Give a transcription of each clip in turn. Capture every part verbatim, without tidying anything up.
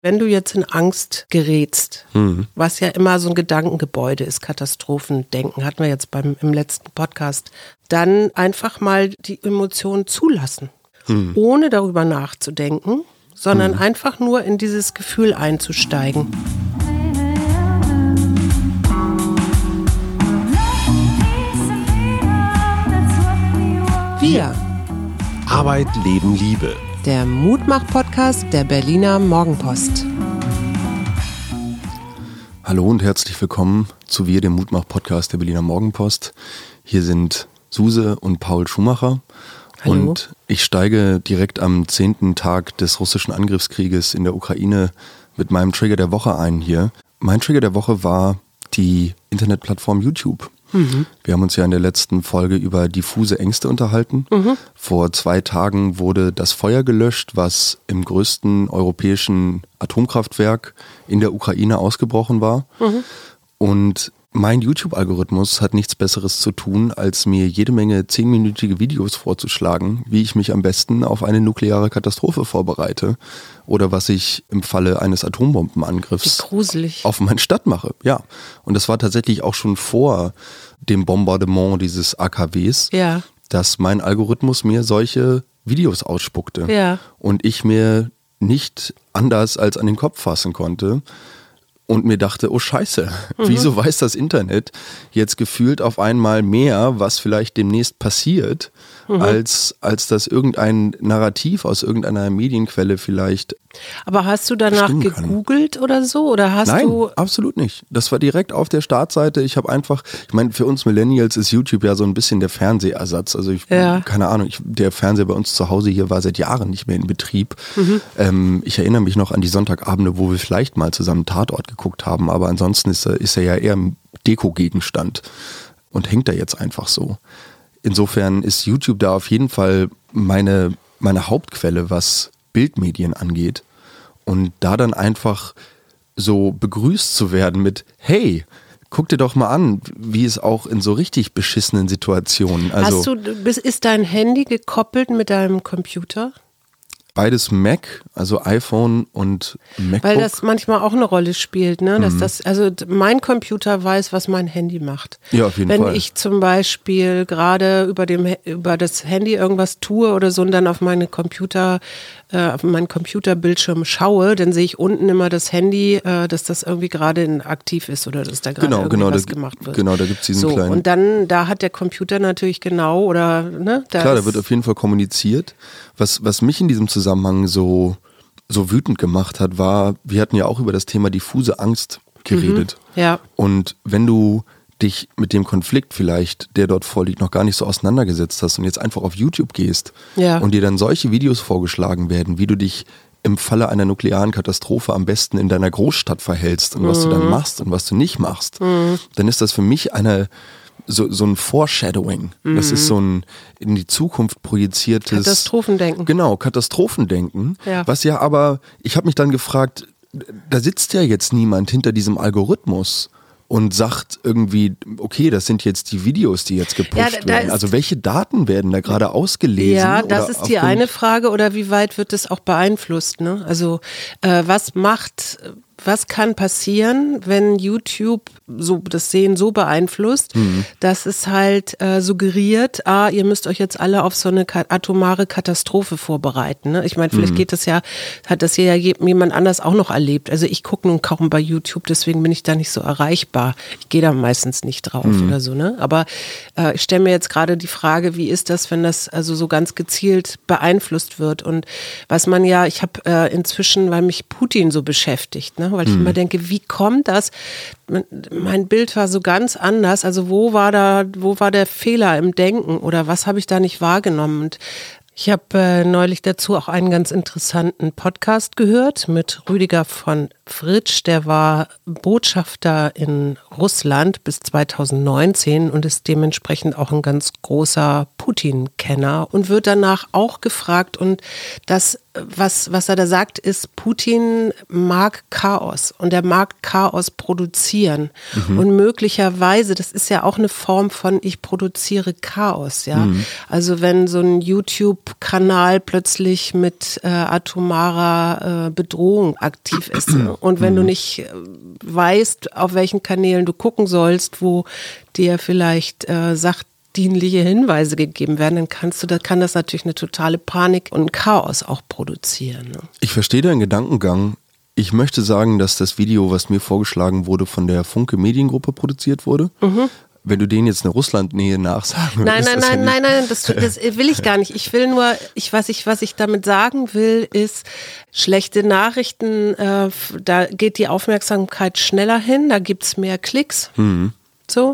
Wenn du jetzt in Angst gerätst, mhm. was ja immer so ein Gedankengebäude ist, Katastrophendenken, hatten wir jetzt beim im letzten Podcast, dann einfach mal die Emotionen zulassen, mhm. ohne darüber nachzudenken, sondern mhm. einfach nur in dieses Gefühl einzusteigen. Wir. Arbeit, Leben, Liebe. Der Mutmach-Podcast der Berliner Morgenpost. Hallo und herzlich willkommen zu Wir, dem Mutmach-Podcast der Berliner Morgenpost. Hier sind Suse und Paul Schumacher. Hallo. Und ich steige direkt am zehnten Tag des russischen Angriffskrieges in der Ukraine mit meinem Trigger der Woche ein hier. Mein Trigger der Woche war die Internetplattform YouTube. Mhm. Wir haben uns ja in der letzten Folge über diffuse Ängste unterhalten. Mhm. Vor zwei Tagen wurde das Feuer gelöscht, was im größten europäischen Atomkraftwerk in der Ukraine ausgebrochen war. Mhm. Und mein YouTube-Algorithmus hat nichts Besseres zu tun, als mir jede Menge zehnminütige Videos vorzuschlagen, wie ich mich am besten auf eine nukleare Katastrophe vorbereite oder was ich im Falle eines Atombombenangriffs auf meine Stadt mache. Ja, und das war tatsächlich auch schon vor dem Bombardement dieses A K Ws, ja. dass mein Algorithmus mir solche Videos ausspuckte ja. und ich mir nicht anders als an den Kopf fassen konnte. Und mir dachte, oh Scheiße, mhm. wieso weiß das Internet jetzt gefühlt auf einmal mehr, was vielleicht demnächst passiert, mhm. als, als dass irgendein Narrativ aus irgendeiner Medienquelle vielleicht. Aber hast du danach gegoogelt kann. oder so? Oder hast Nein, du absolut nicht. Das war direkt auf der Startseite. Ich habe einfach, ich meine, für uns Millennials ist YouTube ja so ein bisschen der Fernsehersatz. Also ich, ja. keine Ahnung, ich, der Fernseher bei uns zu Hause hier war seit Jahren nicht mehr in Betrieb. Mhm. Ähm, ich erinnere mich noch an die Sonntagabende, wo wir vielleicht mal zusammen Tatort geguckt haben, aber ansonsten ist er, ist er ja eher ein Deko-Gegenstand und hängt da jetzt einfach so. Insofern ist YouTube da auf jeden Fall meine, meine Hauptquelle, was Bildmedien angeht. Und da dann einfach so begrüßt zu werden mit, hey, guck dir doch mal an, wie es auch in so richtig beschissenen Situationen. Also, Hast du, ist dein Handy gekoppelt mit deinem Computer? Beides Mac, also iPhone und MacBook. Weil das manchmal auch eine Rolle spielt, ne? Dass mhm. das, also mein Computer weiß, was mein Handy macht. Ja, auf jeden Wenn Fall. Wenn ich zum Beispiel gerade über dem über das Handy irgendwas tue oder so und dann auf meine Computer, äh, auf meinen Computerbildschirm schaue, dann sehe ich unten immer das Handy, äh, dass das irgendwie gerade aktiv ist oder dass da gerade genau, irgendwie genau, was da, gemacht wird. Genau, da gibt es diesen so, kleinen. Und dann, da hat der Computer natürlich genau oder, ne? Da Klar, da wird auf jeden Fall kommuniziert. Was, was mich in diesem Zusammenhang so, so wütend gemacht hat, war, wir hatten ja auch über das Thema diffuse Angst geredet. Mhm, ja. Und wenn du dich mit dem Konflikt vielleicht, der dort vorliegt, noch gar nicht so auseinandergesetzt hast und jetzt einfach auf YouTube gehst ja. und dir dann solche Videos vorgeschlagen werden, wie du dich im Falle einer nuklearen Katastrophe am besten in deiner Großstadt verhältst und mhm. was du dann machst und was du nicht machst, mhm. dann ist das für mich eine So, so ein Foreshadowing. Mhm. Das ist so ein in die Zukunft projiziertes Katastrophendenken. Genau, Katastrophendenken. Ja. Was ja aber, ich habe mich dann gefragt, da sitzt ja jetzt niemand hinter diesem Algorithmus und sagt irgendwie, okay, das sind jetzt die Videos, die jetzt gepusht ja, da, da werden. Also welche Daten werden da gerade ausgelesen? Ja, das oder ist die eine Frage. Oder wie weit wird das auch beeinflusst? Ne? Also äh, was macht... Was kann passieren, wenn YouTube so das Sehen so beeinflusst, mhm. dass es halt äh, suggeriert, ah, ihr müsst euch jetzt alle auf so eine ka- atomare Katastrophe vorbereiten. Ne? Ich meine, vielleicht mhm. geht das ja, hat das ja jemand anders auch noch erlebt. Also ich gucke nun kaum bei YouTube, deswegen bin ich da nicht so erreichbar. Ich gehe da meistens nicht drauf mhm. oder so. Ne? Aber äh, ich stelle mir jetzt gerade die Frage, wie ist das, wenn das also so ganz gezielt beeinflusst wird? Und was man ja, ich habe äh, inzwischen, weil mich Putin so beschäftigt, ne? Weil ich hm. immer denke, wie kommt das? Mein Bild war so ganz anders. Also wo war da, wo war der Fehler im Denken oder was habe ich da nicht wahrgenommen? Und ich habe äh, neulich dazu auch einen ganz interessanten Podcast gehört mit Rüdiger von Fritsch. Der war Botschafter in Russland bis zweitausendneunzehn und ist dementsprechend auch ein ganz großer Putin-Kenner und wird danach auch gefragt. Und das was, was er da sagt, ist, Putin mag Chaos und er mag Chaos produzieren. Mhm. Und möglicherweise, das ist ja auch eine Form von ich produziere Chaos, ja. Mhm. Also wenn so ein YouTube-Kanal plötzlich mit äh, atomarer äh, Bedrohung aktiv ist ne? und wenn mhm. du nicht äh, weißt, auf welchen Kanälen du gucken sollst, wo dir vielleicht äh, sagt, dienliche Hinweise gegeben werden, dann kannst du, da kann das natürlich eine totale Panik und Chaos auch produzieren. Ne? Ich verstehe deinen Gedankengang. Ich möchte sagen, dass das Video, was mir vorgeschlagen wurde, von der Funke Mediengruppe produziert wurde. Mhm. Wenn du denen jetzt eine Russlandnähe nachsagen Nein, würdest, nein, nein, ja nein, nein, das, das will ich gar nicht. Ich will nur, ich, was ich, was ich damit sagen will, ist, schlechte Nachrichten, äh, da geht die Aufmerksamkeit schneller hin, da gibt's mehr Klicks. Mhm. So.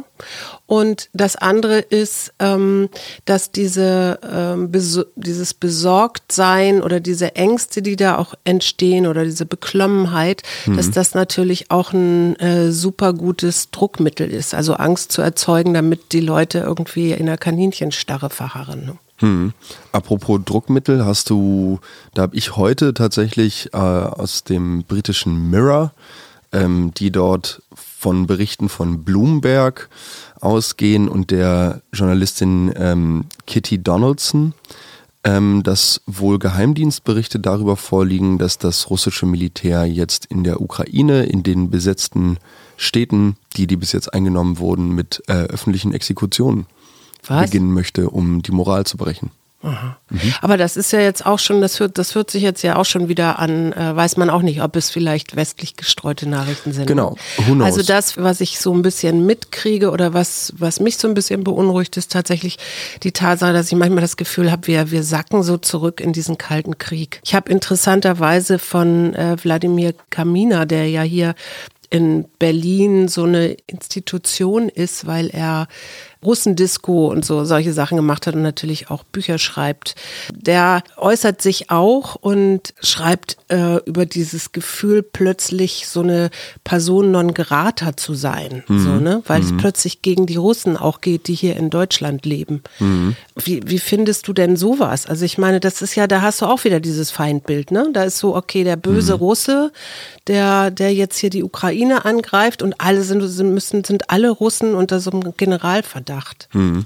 Und das andere ist, ähm, dass diese, ähm, bes- dieses Besorgtsein oder diese Ängste, die da auch entstehen oder diese Beklommenheit, mhm. dass das natürlich auch ein äh, super gutes Druckmittel ist. Also Angst zu erzeugen, damit die Leute irgendwie in der Kaninchenstarre verharren. Ne? Hm. Apropos Druckmittel, hast du, da habe ich heute tatsächlich äh, aus dem britischen Mirror, ähm, die dort von Berichten von Bloomberg ausgehen und der Journalistin ähm, Kitty Donaldson, ähm, dass wohl Geheimdienstberichte darüber vorliegen, dass das russische Militär jetzt in der Ukraine, in den besetzten Städten, die, die bis jetzt eingenommen wurden, mit äh, öffentlichen Exekutionen Was? beginnen möchte, um die Moral zu brechen. Aha. Mhm. Aber das ist ja jetzt auch schon, das hört, das hört sich jetzt ja auch schon wieder an, äh, weiß man auch nicht, ob es vielleicht westlich gestreute Nachrichten sind. Genau. Who knows? Also das, was ich so ein bisschen mitkriege oder was, was mich so ein bisschen beunruhigt, ist tatsächlich die Tatsache, dass ich manchmal das Gefühl habe, wir, wir sacken so zurück in diesen Kalten Krieg. Ich habe interessanterweise von äh, Wladimir Kamina, der ja hier in Berlin so eine Institution ist, weil er Russendisco und so solche Sachen gemacht hat und natürlich auch Bücher schreibt. Der äußert sich auch und schreibt äh, über dieses Gefühl, plötzlich so eine Person non grata zu sein, mhm. so, ne? Weil mhm. es plötzlich gegen die Russen auch geht, die hier in Deutschland leben. Mhm. Wie, wie findest du denn sowas? Also ich meine, das ist ja, da hast du auch wieder dieses Feindbild, ne? Da ist so, okay, der böse mhm. Russe, der, der jetzt hier die Ukraine angreift und alle sind, sind, müssen, sind alle Russen unter so einem Generalverdacht. Hm.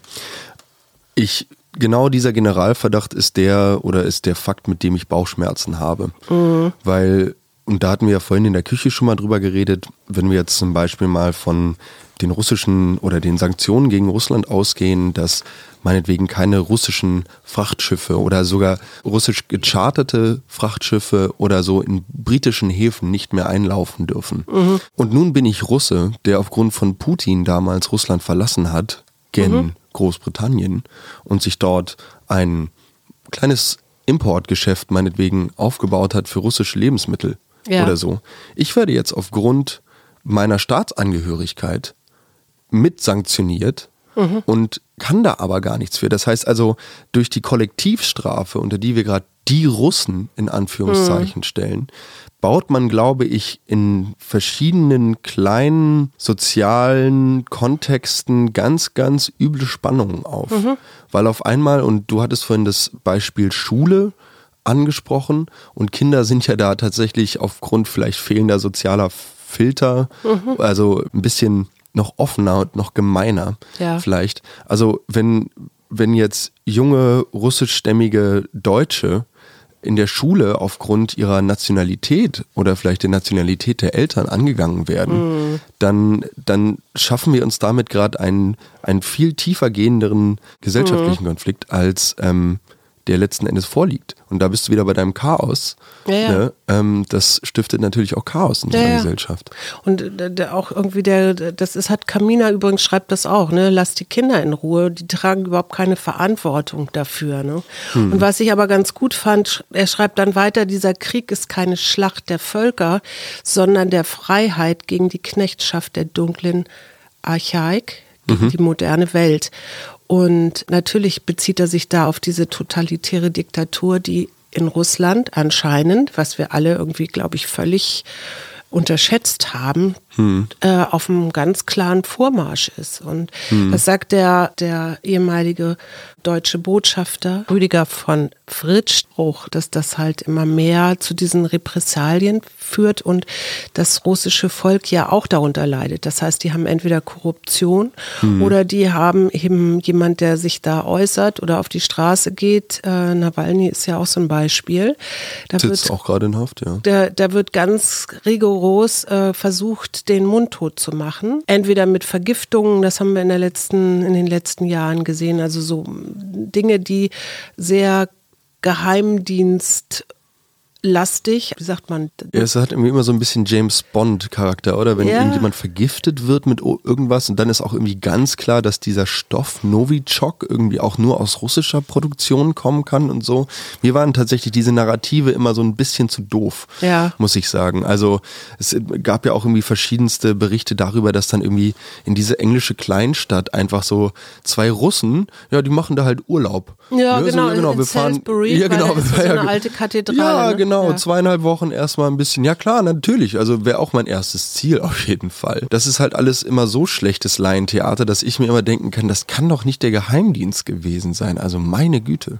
Ich, genau dieser Generalverdacht ist der oder ist der Fakt, mit dem ich Bauchschmerzen habe. Mhm. Weil, und da hatten wir ja vorhin in der Küche schon mal drüber geredet, wenn wir jetzt zum Beispiel mal von den russischen oder den Sanktionen gegen Russland ausgehen, dass meinetwegen keine russischen Frachtschiffe oder sogar russisch gecharterte Frachtschiffe oder so in britischen Häfen nicht mehr einlaufen dürfen. Mhm. Und nun bin ich Russe, der aufgrund von Putin damals Russland verlassen hat, gen mhm. Großbritannien und sich dort ein kleines Importgeschäft meinetwegen aufgebaut hat für russische Lebensmittel ja. oder so. Ich werde jetzt aufgrund meiner Staatsangehörigkeit mit sanktioniert mhm. und kann da aber gar nichts für. Das heißt also, durch die Kollektivstrafe, unter die wir gerade die Russen in Anführungszeichen mhm. stellen, baut man, glaube ich, in verschiedenen kleinen sozialen Kontexten ganz, ganz üble Spannungen auf. Mhm. Weil auf einmal, und du hattest vorhin das Beispiel Schule angesprochen, und Kinder sind ja da tatsächlich aufgrund vielleicht fehlender sozialer Filter, mhm. also ein bisschen noch offener und noch gemeiner ja. vielleicht. Also wenn, wenn jetzt junge russischstämmige Deutsche in der Schule aufgrund ihrer Nationalität oder vielleicht der Nationalität der Eltern angegangen werden, mm. dann, dann schaffen wir uns damit gerade einen, einen viel tiefer gehenderen gesellschaftlichen mm. Konflikt, als ähm, der letzten Endes vorliegt. Und da bist du wieder bei deinem Chaos. Ja, ja. Ne? Ähm, das stiftet natürlich auch Chaos in ja, so einer ja. Gesellschaft. Und der, auch irgendwie der, das ist, hat Kamina übrigens, schreibt das auch, ne? Lass die Kinder in Ruhe, die tragen überhaupt keine Verantwortung dafür. Ne? Hm. Und was ich aber ganz gut fand, er schreibt dann weiter, dieser Krieg ist keine Schlacht der Völker, sondern der Freiheit gegen die Knechtschaft der dunklen Archaik, gegen mhm. die moderne Welt. Und natürlich bezieht er sich da auf diese totalitäre Diktatur, die in Russland anscheinend, was wir alle irgendwie, glaube ich, völlig unterschätzt haben, hm. äh, auf einem ganz klaren Vormarsch ist. Und hm. das sagt der, der ehemalige deutsche Botschafter Rüdiger von Fritsch auch, dass das halt immer mehr zu diesen Repressalien führt und das russische Volk ja auch darunter leidet. Das heißt, die haben entweder Korruption hm. oder die haben eben jemand, der sich da äußert oder auf die Straße geht. Äh, Nawalny ist ja auch so ein Beispiel. Da sitzt wird, auch gerade in Haft, ja. Da, da wird ganz rigoros äh, versucht, den mundtot zu machen. Entweder mit Vergiftungen, das haben wir in der letzten, in den letzten Jahren gesehen, also so Dinge, die sehr Geheimdienst lastig, wie sagt man? Ja, es hat irgendwie immer so ein bisschen James Bond-Charakter, oder? Wenn ja. irgendjemand vergiftet wird mit irgendwas und dann ist auch irgendwie ganz klar, dass dieser Stoff Novichok irgendwie auch nur aus russischer Produktion kommen kann und so. Mir waren tatsächlich diese Narrative immer so ein bisschen zu doof, ja. muss ich sagen. Also es gab ja auch irgendwie verschiedenste Berichte darüber, dass dann irgendwie in diese englische Kleinstadt einfach so zwei Russen, ja, die machen da halt Urlaub. Ja, ne? genau, so, ja, genau. in wir fahren, Salisbury, ja, genau, weil das ist so eine alte Kathedrale. Ja, ne? genau. Genau, ja. zweieinhalb Wochen erstmal ein bisschen, ja klar, natürlich, also wäre auch mein erstes Ziel auf jeden Fall. Das ist halt alles immer so schlechtes Laientheater, dass ich mir immer denken kann, das kann doch nicht der Geheimdienst gewesen sein, also meine Güte.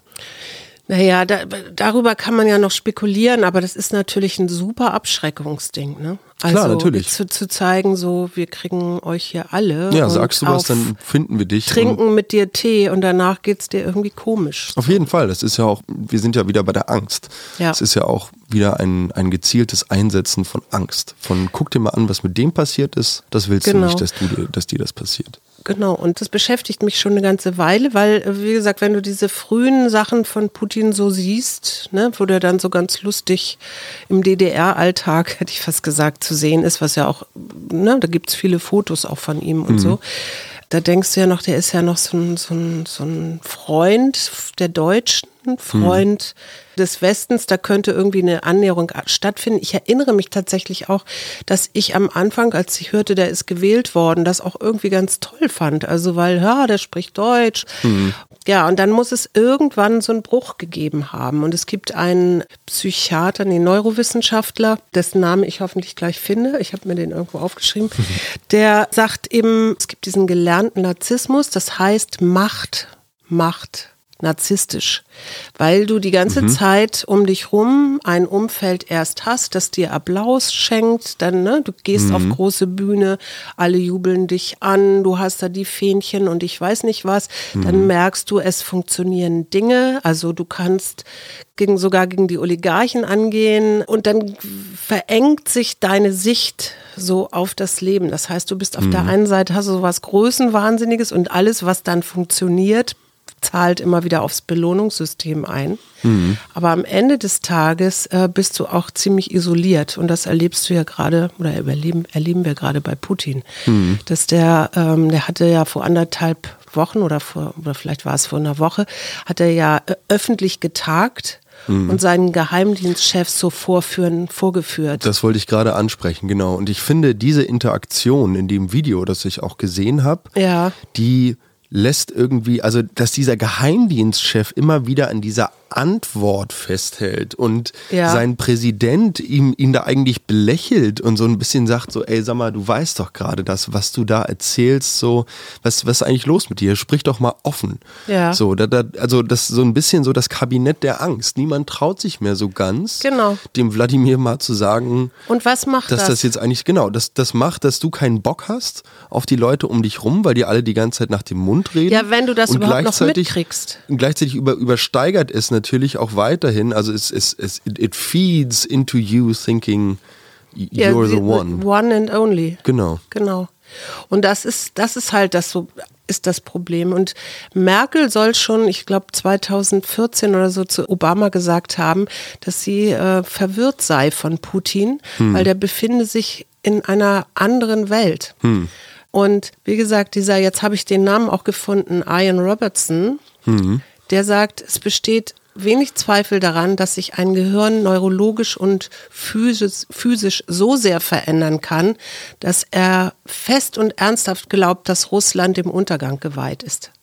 Naja, da, darüber kann man ja noch spekulieren, aber das ist natürlich ein super Abschreckungsding, ne? Also Klar, natürlich. Zu, zu zeigen, so, wir kriegen euch hier alle. Ja, sagst du was, dann finden wir dich. Trinken mit dir Tee und danach geht's dir irgendwie komisch. Auf jeden Fall, das ist ja auch, wir sind ja wieder bei der Angst. Ja. Es ist ja auch wieder ein, ein gezieltes Einsetzen von Angst. Von guck dir mal an, was mit dem passiert ist, das willst genau. du nicht, dass, du dir, dass dir das passiert. Genau, und das beschäftigt mich schon eine ganze Weile, weil, wie gesagt, wenn du diese frühen Sachen von Putin so siehst, ne, wo der dann so ganz lustig im D D R-Alltag, hätte ich fast gesagt, zu sehen ist, was ja auch, ne, da gibt's viele Fotos auch von ihm und mhm. so. Da denkst du ja noch, der ist ja noch so ein, so ein, so ein Freund der Deutschen, Freund mhm. des Westens, da könnte irgendwie eine Annäherung stattfinden. Ich erinnere mich tatsächlich auch, dass ich am Anfang, als ich hörte, der ist gewählt worden, das auch irgendwie ganz toll fand. Also weil, ja, der spricht Deutsch. Mhm. Ja, und dann muss es irgendwann so einen Bruch gegeben haben. Und es gibt einen Psychiater, einen Neurowissenschaftler, dessen Namen ich hoffentlich gleich finde, ich habe mir den irgendwo aufgeschrieben, mhm. der sagt eben, es gibt diesen gelernten Narzissmus, das heißt Macht, Macht, narzisstisch, weil du die ganze mhm. Zeit um dich rum ein Umfeld erst hast, das dir Applaus schenkt, dann, ne, du gehst mhm. auf große Bühne, alle jubeln dich an, du hast da die Fähnchen und ich weiß nicht was, mhm. dann merkst du, es funktionieren Dinge, also du kannst gegen, sogar gegen die Oligarchen angehen und dann verengt sich deine Sicht so auf das Leben. Das heißt, du bist auf mhm. der einen Seite, hast du sowas Größenwahnsinniges und alles, was dann funktioniert, zahlt immer wieder aufs Belohnungssystem ein. Mhm. Aber am Ende des Tages äh, bist du auch ziemlich isoliert. Und das erlebst du ja gerade, oder erleben, erleben wir gerade bei Putin. Mhm. Dass der, ähm, der hatte ja vor anderthalb Wochen oder vor, oder vielleicht war es vor einer Woche, hat er ja äh, öffentlich getagt mhm. und seinen Geheimdienstchefs so vorführen, vorgeführt. Das wollte ich gerade ansprechen, genau. Und ich finde, diese Interaktion in dem Video, das ich auch gesehen habe, ja. die lässt irgendwie, also dass dieser Geheimdienstchef immer wieder an dieser Antwort festhält und ja. sein Präsident ihm, ihn da eigentlich belächelt und so ein bisschen sagt so, ey, sag mal, du weißt doch gerade das, was du da erzählst, so, was, was ist eigentlich los mit dir? Sprich doch mal offen. Ja. So, da, da, also das ist so ein bisschen so das Kabinett der Angst. Niemand traut sich mehr so ganz, genau. dem Wladimir mal zu sagen, und was macht dass das? das jetzt eigentlich, genau, das, das macht, dass du keinen Bock hast auf die Leute um dich rum, weil die alle die ganze Zeit nach dem Mund reden. Ja, wenn du das überhaupt noch mitkriegst. Und gleichzeitig über, übersteigert es natürlich auch weiterhin, also es, es, es it feeds into you thinking you're yeah, the one. One and only. Genau. Genau. Und das ist, das ist halt das so, ist das Problem. Und Merkel soll schon, ich glaube zweitausendvierzehn oder so zu Obama gesagt haben, dass sie äh, verwirrt sei von Putin, hm. weil der befinde sich in einer anderen Welt. Hm. Und wie gesagt, dieser, jetzt habe ich den Namen auch gefunden, Ian Robertson, hm. der sagt, es besteht wenig Zweifel daran, dass sich ein Gehirn neurologisch und physisch, physisch so sehr verändern kann, dass er fest und ernsthaft glaubt, dass Russland dem Untergang geweiht ist.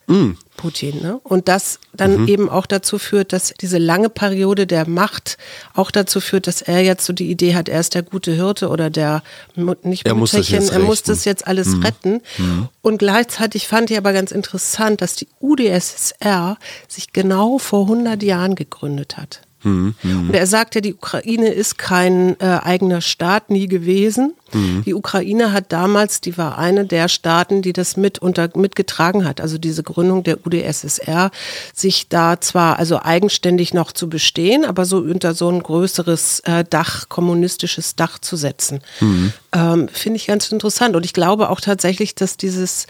Mm. Putin. Ne? Und das dann mhm. eben auch dazu führt, dass diese lange Periode der Macht auch dazu führt, dass er jetzt so die Idee hat, er ist der gute Hirte oder der nicht er muss das jetzt er muss das jetzt alles mhm. retten. Mhm. Und gleichzeitig fand ich aber ganz interessant, dass die U d S S R sich genau vor hundert Jahren gegründet hat. Mhm. Mhm. Und er sagt ja, die Ukraine ist kein äh, eigener Staat, nie gewesen. Mhm. Die Ukraine hat damals, die war eine der Staaten, die das mit unter, mitgetragen hat. Also diese Gründung der U d S S R, sich da zwar also eigenständig noch zu bestehen, aber so unter so ein größeres äh, Dach, kommunistisches Dach zu setzen. Mhm. Ähm, finde ich ganz interessant. Und ich glaube auch tatsächlich, dass dieses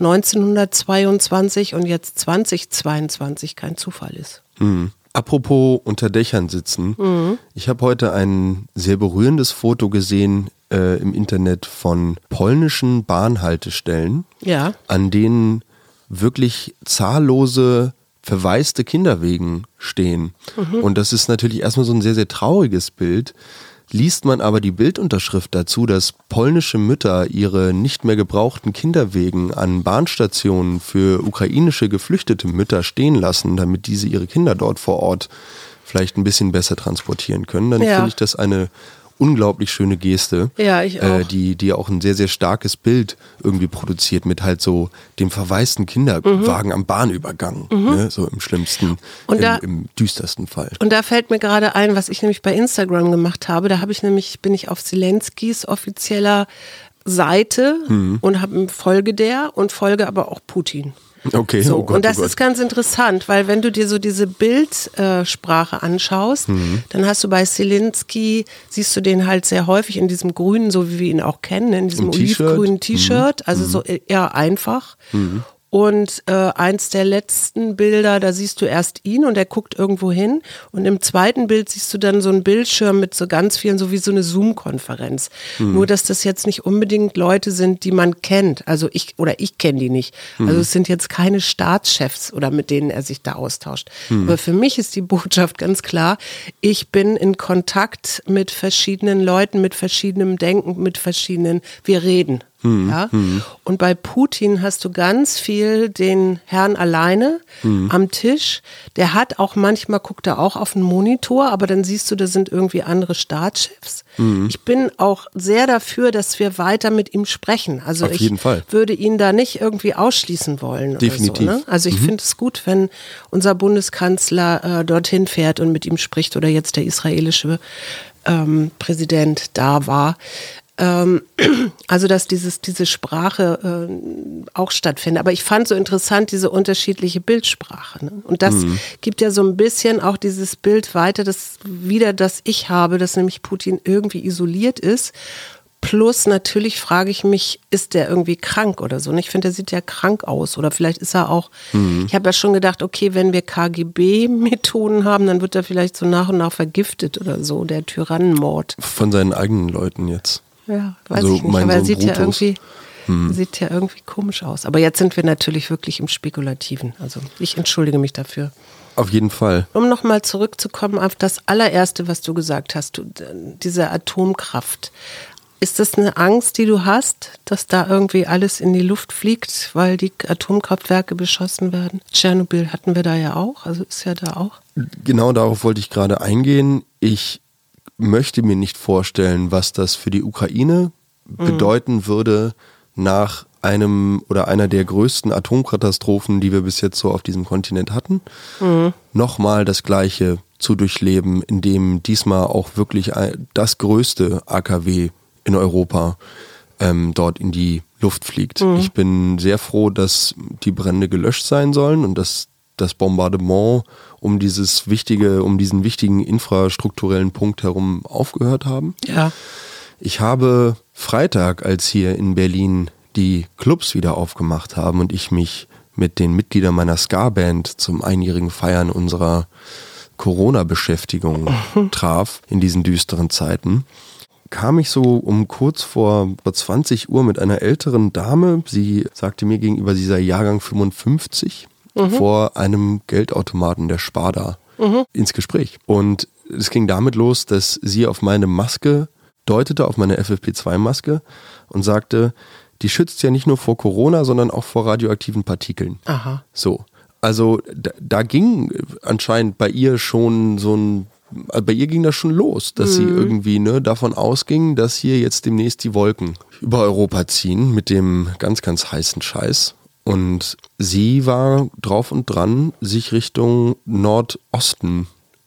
neunzehnhundertzweiundzwanzig und jetzt zweitausendzweiundzwanzig kein Zufall ist. Mhm. Apropos unter Dächern sitzen. Mhm. Ich habe heute ein sehr berührendes Foto gesehen äh, im Internet von polnischen Bahnhaltestellen, ja. an denen wirklich zahllose verwaiste Kinderwegen stehen. Mhm. Und das ist natürlich erstmal so ein sehr, sehr trauriges Bild. Liest man aber die Bildunterschrift dazu, dass polnische Mütter ihre nicht mehr gebrauchten Kinderwegen an Bahnstationen für ukrainische geflüchtete Mütter stehen lassen, damit diese ihre Kinder dort vor Ort vielleicht ein bisschen besser transportieren können, dann ja. finde ich das eine unglaublich schöne Geste, ja, ich auch. Äh, die, die auch ein sehr, sehr starkes Bild irgendwie produziert mit halt so dem verwaisten Kinderwagen mhm. am Bahnübergang, mhm. ne, so im schlimmsten, und im, da, im düstersten Fall. Und da fällt mir gerade ein, was ich nämlich bei Instagram gemacht habe, da habe ich nämlich, bin ich auf Zelenskis offizieller Seite mhm. und habe folge der und folge aber auch Putin. Okay, so, oh Gott, und das oh Gott. ist ganz interessant, weil wenn du dir so diese Bildsprache äh, anschaust, mhm. dann hast du bei Zelensky, siehst du den halt sehr häufig in diesem grünen, so wie wir ihn auch kennen, in diesem olivgrünen T-Shirt, mhm. also so eher einfach. Mhm. Und äh, eins der letzten Bilder, da siehst du erst ihn und er guckt irgendwo hin. Und im zweiten Bild siehst du dann so einen Bildschirm mit so ganz vielen, so wie so eine Zoom-Konferenz. Mhm. Nur, dass das jetzt nicht unbedingt Leute sind, die man kennt. Also ich, oder ich kenne die nicht. Mhm. Also es sind jetzt keine Staatschefs oder mit denen er sich da austauscht. Mhm. Aber für mich ist die Botschaft ganz klar, ich bin in Kontakt mit verschiedenen Leuten, mit verschiedenem Denken, mit verschiedenen, wir reden. Hm, ja? hm. Und bei Putin hast du ganz viel den Herrn alleine hm. am Tisch. Der hat auch manchmal, guckt er auch auf den Monitor, aber dann siehst du, da sind irgendwie andere Staatschefs. Hm. Ich bin auch sehr dafür, dass wir weiter mit ihm sprechen. Also auf ich jeden Fall. würde ihn da nicht irgendwie ausschließen wollen. Definitiv. Oder so, ne? Also ich mhm. finde es gut, wenn unser Bundeskanzler äh, dorthin fährt und mit ihm spricht oder jetzt der israelische ähm, Präsident da war. Also dass dieses, diese Sprache äh, auch stattfindet. Aber ich fand so interessant diese unterschiedliche Bildsprache. Ne? Und das mhm. gibt ja so ein bisschen auch dieses Bild weiter, das wieder das Ich habe, dass nämlich Putin irgendwie isoliert ist. Plus natürlich frage ich mich, ist der irgendwie krank oder so? Und ich finde, der sieht ja krank aus. Oder vielleicht ist er auch, mhm. ich habe ja schon gedacht, okay, wenn wir K G B-Methoden haben, dann wird er vielleicht so nach und nach vergiftet oder so, der Tyrannenmord. Von seinen eigenen Leuten jetzt. Ja, weiß also ich nicht, aber er sieht Brutus. ja irgendwie, hm. sieht ja irgendwie komisch aus. Aber jetzt sind wir natürlich wirklich im Spekulativen. Also ich entschuldige mich dafür. Auf jeden Fall. Um nochmal zurückzukommen auf das allererste, was du gesagt hast, du, diese Atomkraft. Ist das eine Angst, die du hast, dass da irgendwie alles in die Luft fliegt, weil die Atomkraftwerke beschossen werden? Tschernobyl hatten wir da ja auch, also ist ja da auch. Genau darauf wollte ich gerade eingehen. Ich möchte mir nicht vorstellen, was das für die Ukraine mhm. bedeuten würde, nach einem oder einer der größten Atomkatastrophen, die wir bis jetzt so auf diesem Kontinent hatten, mhm. nochmal das Gleiche zu durchleben, indem diesmal auch wirklich das größte A K W in Europa ähm, dort in die Luft fliegt. Mhm. Ich bin sehr froh, dass die Brände gelöscht sein sollen und dass das Bombardement um dieses wichtige, um diesen wichtigen infrastrukturellen Punkt herum aufgehört haben. Ja. Ich habe Freitag, als hier in Berlin die Clubs wieder aufgemacht haben und ich mich mit den Mitgliedern meiner Ska-Band zum einjährigen Feiern unserer Corona-Beschäftigung mhm. traf in diesen düsteren Zeiten, kam ich so um kurz vor zwanzig Uhr mit einer älteren Dame, sie sagte mir gegenüber, sie sei Jahrgang fünfundfünfzig, mhm. vor einem Geldautomaten der Sparda mhm. ins Gespräch. Und es ging damit los, dass sie auf meine Maske deutete, auf meine F F P zwei Maske und sagte, die schützt ja nicht nur vor Corona, sondern auch vor radioaktiven Partikeln. Aha. So, also da, da ging anscheinend bei ihr schon so ein, also bei ihr ging das schon los, dass mhm. sie irgendwie ne, davon ausging, dass hier jetzt demnächst die Wolken über Europa ziehen mit dem ganz, ganz heißen Scheiß. Und sie war drauf und dran, sich Richtung Nordosten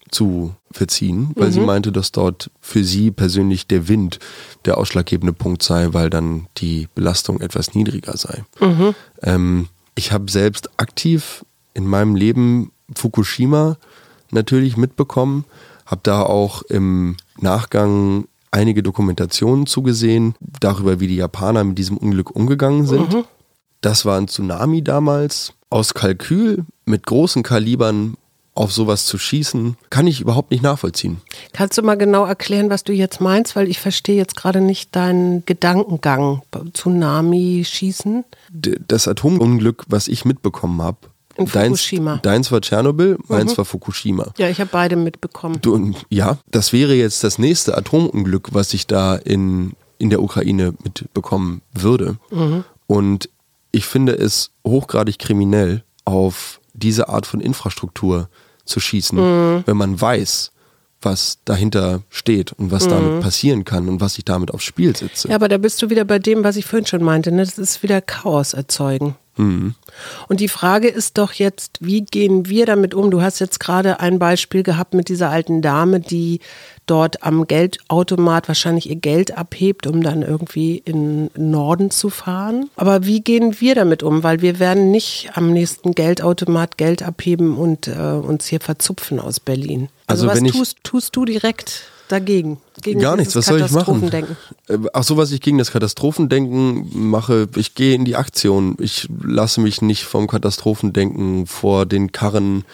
zu verziehen, weil mhm. sie meinte, dass dort für sie persönlich der Wind der ausschlaggebende Punkt sei, weil dann die Belastung etwas niedriger sei. Mhm. Ähm, ich habe selbst aktiv in meinem Leben Fukushima natürlich mitbekommen, habe da auch im Nachgang einige Dokumentationen zugesehen, darüber, wie die Japaner mit diesem Unglück umgegangen sind. Mhm. Das war ein Tsunami damals. Aus Kalkül mit großen Kalibern auf sowas zu schießen, kann ich überhaupt nicht nachvollziehen. Kannst du mal genau erklären, was du jetzt meinst? Weil ich verstehe jetzt gerade nicht deinen Gedankengang. Tsunami, Schießen? D- das Atomunglück, was ich mitbekommen habe, in Fukushima. Deins, deins war Tschernobyl, meins mhm. war Fukushima. Ja, ich habe beide mitbekommen. Du, ja, das wäre jetzt das nächste Atomunglück, was ich da in, in der Ukraine mitbekommen würde. Mhm. Und ich finde es hochgradig kriminell, auf diese Art von Infrastruktur zu schießen, mhm. wenn man weiß, was dahinter steht und was mhm. damit passieren kann und was ich damit aufs Spiel setze. Ja, aber da bist du wieder bei dem, was ich vorhin schon meinte, ne? Das ist wieder Chaos erzeugen. Mhm. Und die Frage ist doch jetzt, wie gehen wir damit um? Du hast jetzt gerade ein Beispiel gehabt mit dieser alten Dame, die dort am Geldautomat wahrscheinlich ihr Geld abhebt, um dann irgendwie in Norden zu fahren. Aber wie gehen wir damit um? Weil wir werden nicht am nächsten Geldautomat Geld abheben und äh, uns hier verzupfen aus Berlin. Also, also was tust, tust du direkt dagegen? Gegen Gar nichts, was soll ich machen? Ach so, was ich gegen das Katastrophendenken mache, ich gehe in die Aktion. Ich lasse mich nicht vom Katastrophendenken vor den Karren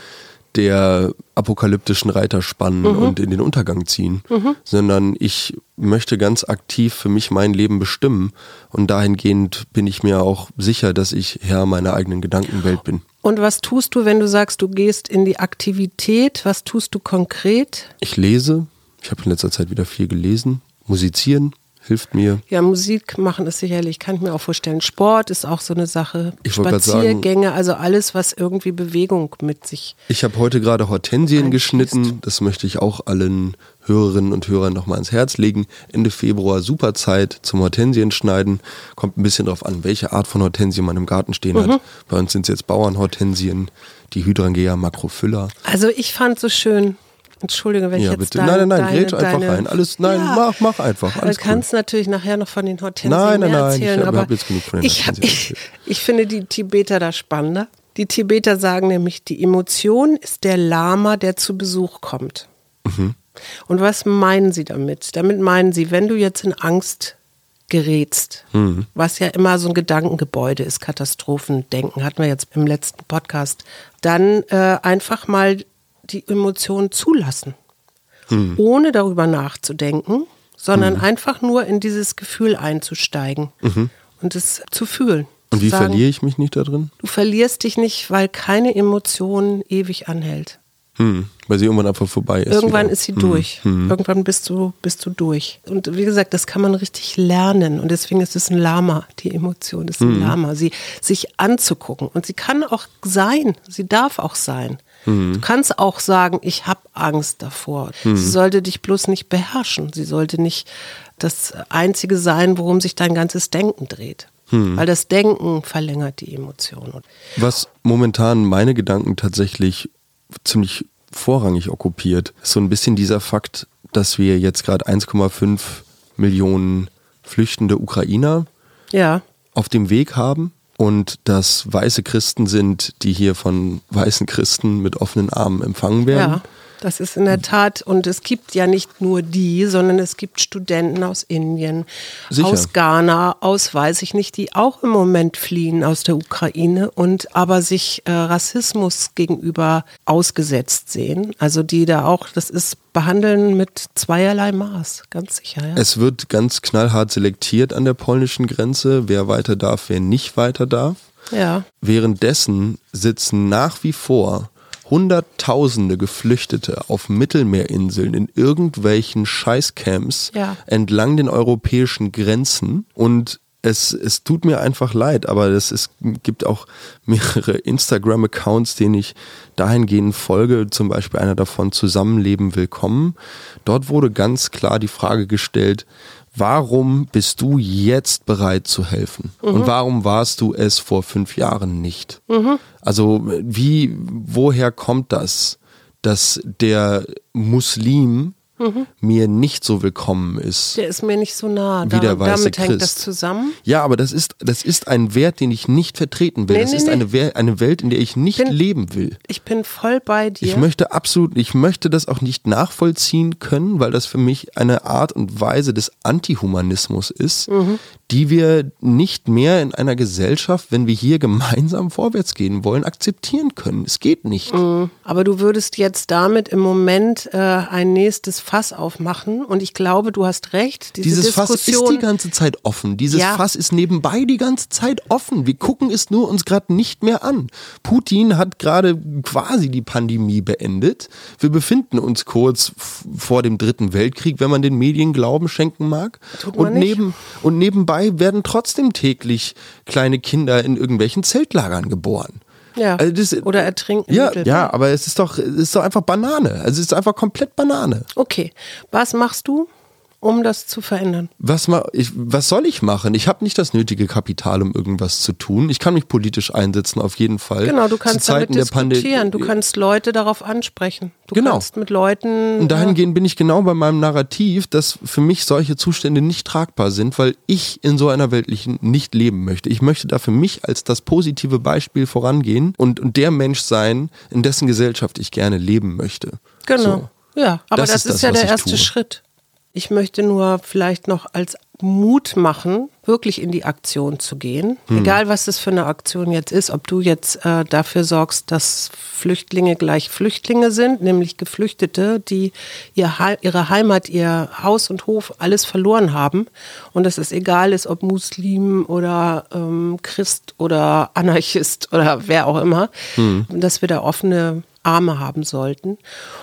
der apokalyptischen Reiter spannen mhm. und in den Untergang ziehen, mhm. sondern ich möchte ganz aktiv für mich mein Leben bestimmen und dahingehend bin ich mir auch sicher, dass ich Herr meiner eigenen Gedankenwelt bin. Und was tust du, wenn du sagst, du gehst in die Aktivität? Was tust du konkret? Ich lese. Ich habe in letzter Zeit wieder viel gelesen. Musizieren hilft mir. Ja, Musik machen ist sicherlich, kann ich mir auch vorstellen. Sport ist auch so eine Sache. Ich Spaziergänge, sagen, also alles, was irgendwie Bewegung mit sich. Ich habe heute gerade Hortensien geschnitten. Das möchte ich auch allen Hörerinnen und Hörern nochmal ans Herz legen. Ende Februar, super Zeit zum Hortensienschneiden. Kommt ein bisschen drauf an, welche Art von Hortensien man im Garten stehen mhm. hat. Bei uns sind es jetzt Bauernhortensien, die Hydrangea macrophylla. Also ich fand so schön. Entschuldige, wenn ja, ich jetzt bitte. dein, Nein, nein, nein, deine, grätsch einfach deine, rein. Alles, nein, ja, mach, mach einfach. Alles du kannst cool. natürlich nachher noch von den Hortensien nein, nein, mehr nein, erzählen, ich, aber hab jetzt genug von den ich, hab, ich, ich finde die Tibeter da spannender. Die Tibeter sagen nämlich, die Emotion ist der Lama, der zu Besuch kommt. Mhm. Und was meinen sie damit? Damit meinen sie, wenn du jetzt in Angst gerätst, mhm. was ja immer so ein Gedankengebäude ist, Katastrophendenken, hatten wir jetzt im letzten Podcast, dann äh, einfach mal die Emotionen zulassen. Hm. Ohne darüber nachzudenken, sondern hm. einfach nur in dieses Gefühl einzusteigen mhm. und es zu fühlen. Und wie sagen, verliere ich mich nicht da drin? Du verlierst dich nicht, weil keine Emotion ewig anhält. Hm. Weil sie irgendwann einfach vorbei ist. Irgendwann wieder. ist sie hm. durch. Hm. Irgendwann bist du, bist du durch. Und wie gesagt, das kann man richtig lernen. Und deswegen ist es ein Lama, die Emotion ist ein hm. Lama, sie sich anzugucken. Und sie kann auch sein, sie darf auch sein. Mhm. Du kannst auch sagen, ich habe Angst davor. Mhm. Sie sollte dich bloß nicht beherrschen. Sie sollte nicht das Einzige sein, worum sich dein ganzes Denken dreht. Mhm. Weil das Denken verlängert die Emotionen. Was momentan meine Gedanken tatsächlich ziemlich vorrangig okkupiert, ist so ein bisschen dieser Fakt, dass wir jetzt gerade eins Komma fünf Millionen flüchtende Ukrainer ja. auf dem Weg haben. Und dass weiße Christen sind, die hier von weißen Christen mit offenen Armen empfangen werden. Ja, das ist in der Tat, und es gibt ja nicht nur die, sondern es gibt Studenten aus Indien, Sicher. aus Ghana, aus weiß ich nicht, die auch im Moment fliehen aus der Ukraine und aber sich äh, Rassismus gegenüber ausgesetzt sehen. Also die da auch, das ist behandeln mit zweierlei Maß, ganz sicher. Ja. Es wird ganz knallhart selektiert an der polnischen Grenze, wer weiter darf, wer nicht weiter darf. Ja. Währenddessen sitzen nach wie vor Hunderttausende Geflüchtete auf Mittelmeerinseln in irgendwelchen Scheißcamps ja. entlang den europäischen Grenzen und Es, es tut mir einfach leid, aber es ist, gibt auch mehrere Instagram-Accounts, denen ich dahingehend folge, zum Beispiel einer davon Zusammenleben willkommen. Dort wurde ganz klar die Frage gestellt, warum bist du jetzt bereit zu helfen? Mhm. Und warum warst du es vor fünf Jahren nicht? Mhm. Also wie, woher kommt das, dass der Muslim Mhm. mir nicht so willkommen ist. Der ist mir nicht so nah. Wie der weiße Damit Christ. hängt das zusammen. Ja, aber das ist, das ist ein Wert, den ich nicht vertreten will. Nee, das nee, ist nee. eine, We- eine Welt, in der ich nicht bin, leben will. Ich bin voll bei dir. Ich möchte absolut, ich möchte das auch nicht nachvollziehen können, weil das für mich eine Art und Weise des Antihumanismus ist, mhm. die wir nicht mehr in einer Gesellschaft, wenn wir hier gemeinsam vorwärts gehen wollen, akzeptieren können. Es geht nicht. Mhm. Aber du würdest jetzt damit im Moment äh, ein nächstes Fass aufmachen und ich glaube, du hast recht. Diese Dieses Diskussion, Fass ist die ganze Zeit offen. Dieses ja. Fass ist nebenbei die ganze Zeit offen. Wir gucken es nur uns gerade nicht mehr an. Putin hat gerade quasi die Pandemie beendet. Wir befinden uns kurz f- vor dem Dritten Weltkrieg, wenn man den Medien Glauben schenken mag. Tut man und, nicht. neben, und nebenbei werden trotzdem täglich kleine Kinder in irgendwelchen Zeltlagern geboren. Ja. Also das, Oder ertrinken. Ja, ja, aber es ist doch, es ist doch einfach Banane. Also es ist einfach komplett Banane. Okay, was machst du, um das zu verändern? Was, ma, ich, was soll ich machen? Ich habe nicht das nötige Kapital, um irgendwas zu tun. Ich kann mich politisch einsetzen, auf jeden Fall. Genau, du kannst Zu Zeiten damit der Pande- diskutieren, du kannst Leute darauf ansprechen. Du Genau. kannst mit Leuten... Und dahingehend bin ich genau bei meinem Narrativ, dass für mich solche Zustände nicht tragbar sind, weil ich in so einer Welt nicht leben möchte. Ich möchte da für mich als das positive Beispiel vorangehen und, und der Mensch sein, in dessen Gesellschaft ich gerne leben möchte. Genau, So. ja, aber Das das, ist ist das, ja was der ich erste tue. Schritt. Ich möchte nur vielleicht noch als Mut machen, wirklich in die Aktion zu gehen. Hm. Egal, was das für eine Aktion jetzt ist, ob du jetzt äh, dafür sorgst, dass Flüchtlinge gleich Flüchtlinge sind, nämlich Geflüchtete, die ihr He- ihre Heimat, ihr Haus und Hof, alles verloren haben. Und dass es egal ist, ob Muslim oder ähm, Christ oder Anarchist oder wer auch immer, hm. dass wir da offene Arme haben sollten.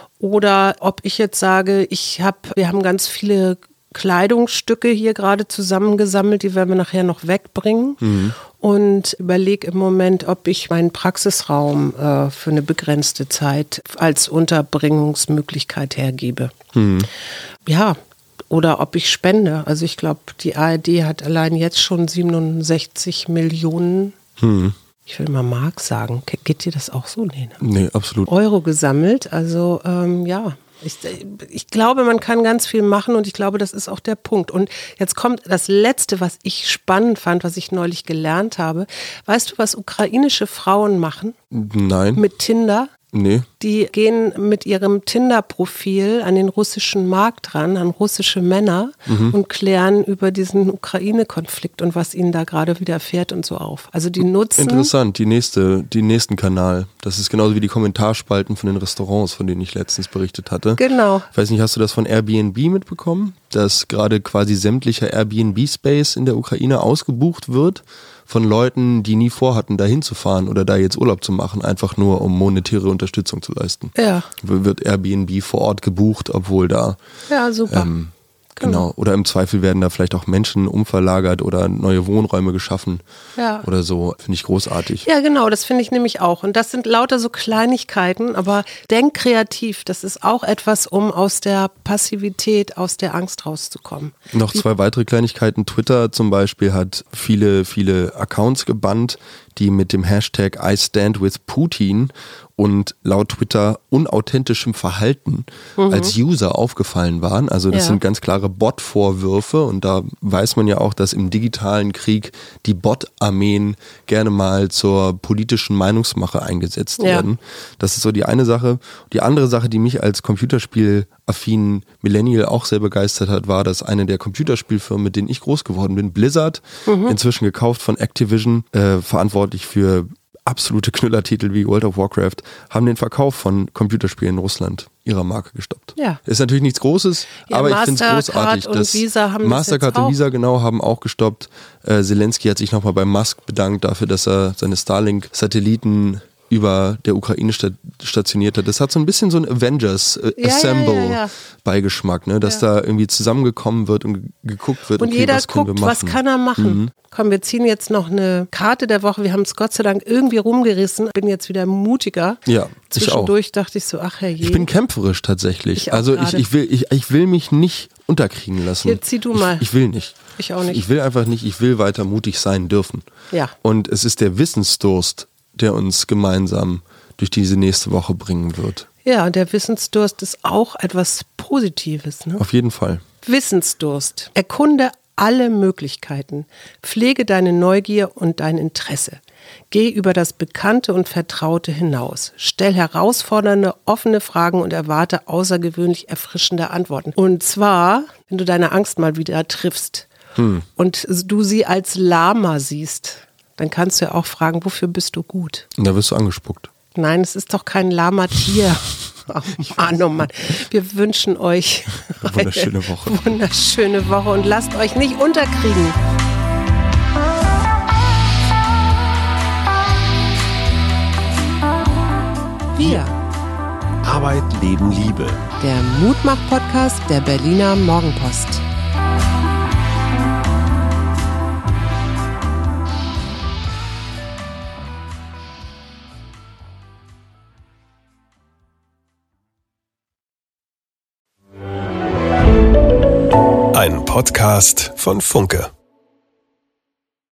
Oder ob ich jetzt sage, ich habe, wir haben ganz viele Kleidungsstücke hier gerade zusammengesammelt, die werden wir nachher noch wegbringen. Mhm. Und überlege im Moment, ob ich meinen Praxisraum äh, für eine begrenzte Zeit als Unterbringungsmöglichkeit hergebe. Mhm. Ja, oder ob ich spende. Also ich glaube, die A R D hat allein jetzt schon siebenundsechzig Millionen mhm. Ich will mal Mark sagen. Geht dir das auch so? Nee, ne? Nee, absolut. Euro gesammelt. Also ähm, ja, ich, ich glaube, man kann ganz viel machen und ich glaube, das ist auch der Punkt. Und jetzt kommt das Letzte, was ich spannend fand, was ich neulich gelernt habe. Weißt du, was ukrainische Frauen machen? Nein. Mit Tinder? Nee. Die gehen mit ihrem Tinder-Profil an den russischen Markt ran, an russische Männer mhm. und klären über diesen Ukraine-Konflikt und was ihnen da gerade widerfährt und so auf. Also die nutzen... Interessant, die nächste, die nächsten Kanal. Das ist genauso wie die Kommentarspalten von den Restaurants, von denen ich letztens berichtet hatte. Genau. Ich weiß nicht, hast du das von Airbnb mitbekommen? Dass gerade quasi sämtlicher Airbnb-Space in der Ukraine ausgebucht wird von Leuten, die nie vorhatten, da hinzufahren oder da jetzt Urlaub zu machen, einfach nur um monetäre Unterstützung zu leisten. Ja. Wird Airbnb vor Ort gebucht, obwohl da... Ja, super. Ähm, Genau. Oder im Zweifel werden da vielleicht auch Menschen umverlagert oder neue Wohnräume geschaffen ja. oder so. Finde ich großartig. Ja, genau, das finde ich nämlich auch. Und das sind lauter so Kleinigkeiten, aber denk kreativ. Das ist auch etwas, um aus der Passivität, aus der Angst rauszukommen. Noch Wie zwei weitere Kleinigkeiten. Twitter zum Beispiel hat viele, viele Accounts gebannt, die mit dem Hashtag I stand with Putin und laut Twitter unauthentischem Verhalten mhm. als User aufgefallen waren. Also das ja. sind ganz klare Bot-Vorwürfe und da weiß man ja auch, dass im digitalen Krieg die Bot-Armeen gerne mal zur politischen Meinungsmache eingesetzt ja. werden. Das ist so die eine Sache. Die andere Sache, die mich als Computerspiel-affinen Millennial auch sehr begeistert hat, war, dass eine der Computerspielfirmen, mit denen ich groß geworden bin, Blizzard, mhm. inzwischen gekauft von Activision, äh, verantwortlich für absolute Knüllertitel wie World of Warcraft, haben den Verkauf von Computerspielen in Russland ihrer Marke gestoppt. Ja. Ist natürlich nichts Großes, ja, aber ich finde es großartig. Und Visa haben Mastercard das jetzt und Visa genau haben auch gestoppt. Äh, Zelensky hat sich nochmal bei Musk bedankt dafür, dass er seine Starlink-Satelliten über der Ukraine sta- stationiert hat. Das hat so ein bisschen so ein Avengers äh, Ja, Assemble ja, ja, ja. Beigeschmack, ne? Dass Ja. da irgendwie zusammengekommen wird und ge- geguckt wird, Und okay, jeder was können guckt, wir was machen. kann er machen. Mhm. Komm, wir ziehen jetzt noch eine Karte der Woche. Wir haben es Gott sei Dank irgendwie rumgerissen. Bin jetzt wieder mutiger. Ja, ich auch. Zwischendurch dachte ich so, ach herrje. Ich bin kämpferisch tatsächlich. Ich auch also ich, gerade. ich, will, ich, ich will mich nicht unterkriegen lassen. Hier, zieh du mal. Ich, ich will nicht. Ich auch nicht. Ich will einfach nicht, ich will weiter mutig sein dürfen. Ja. Und es ist der Wissensdurst, der uns gemeinsam durch diese nächste Woche bringen wird. Ja, und der Wissensdurst ist auch etwas Positives. Ne? Auf jeden Fall. Wissensdurst. Erkunde alle Möglichkeiten. Pflege deine Neugier und dein Interesse. Geh über das Bekannte und Vertraute hinaus. Stell herausfordernde, offene Fragen und erwarte außergewöhnlich erfrischende Antworten. Und zwar, wenn du deine Angst mal wieder triffst hm. und du sie als Lama siehst, dann kannst du ja auch fragen, wofür bist du gut? Und da wirst du angespuckt. Nein, es ist doch kein Lama-Tier. Oh Mann, oh Mann. Wir wünschen euch eine wunderschöne Woche. Eine wunderschöne Woche und lasst euch nicht unterkriegen. Wir. Arbeit, Leben, Liebe. Der Mutmach-Podcast der Berliner Morgenpost. Ein Podcast von Funke.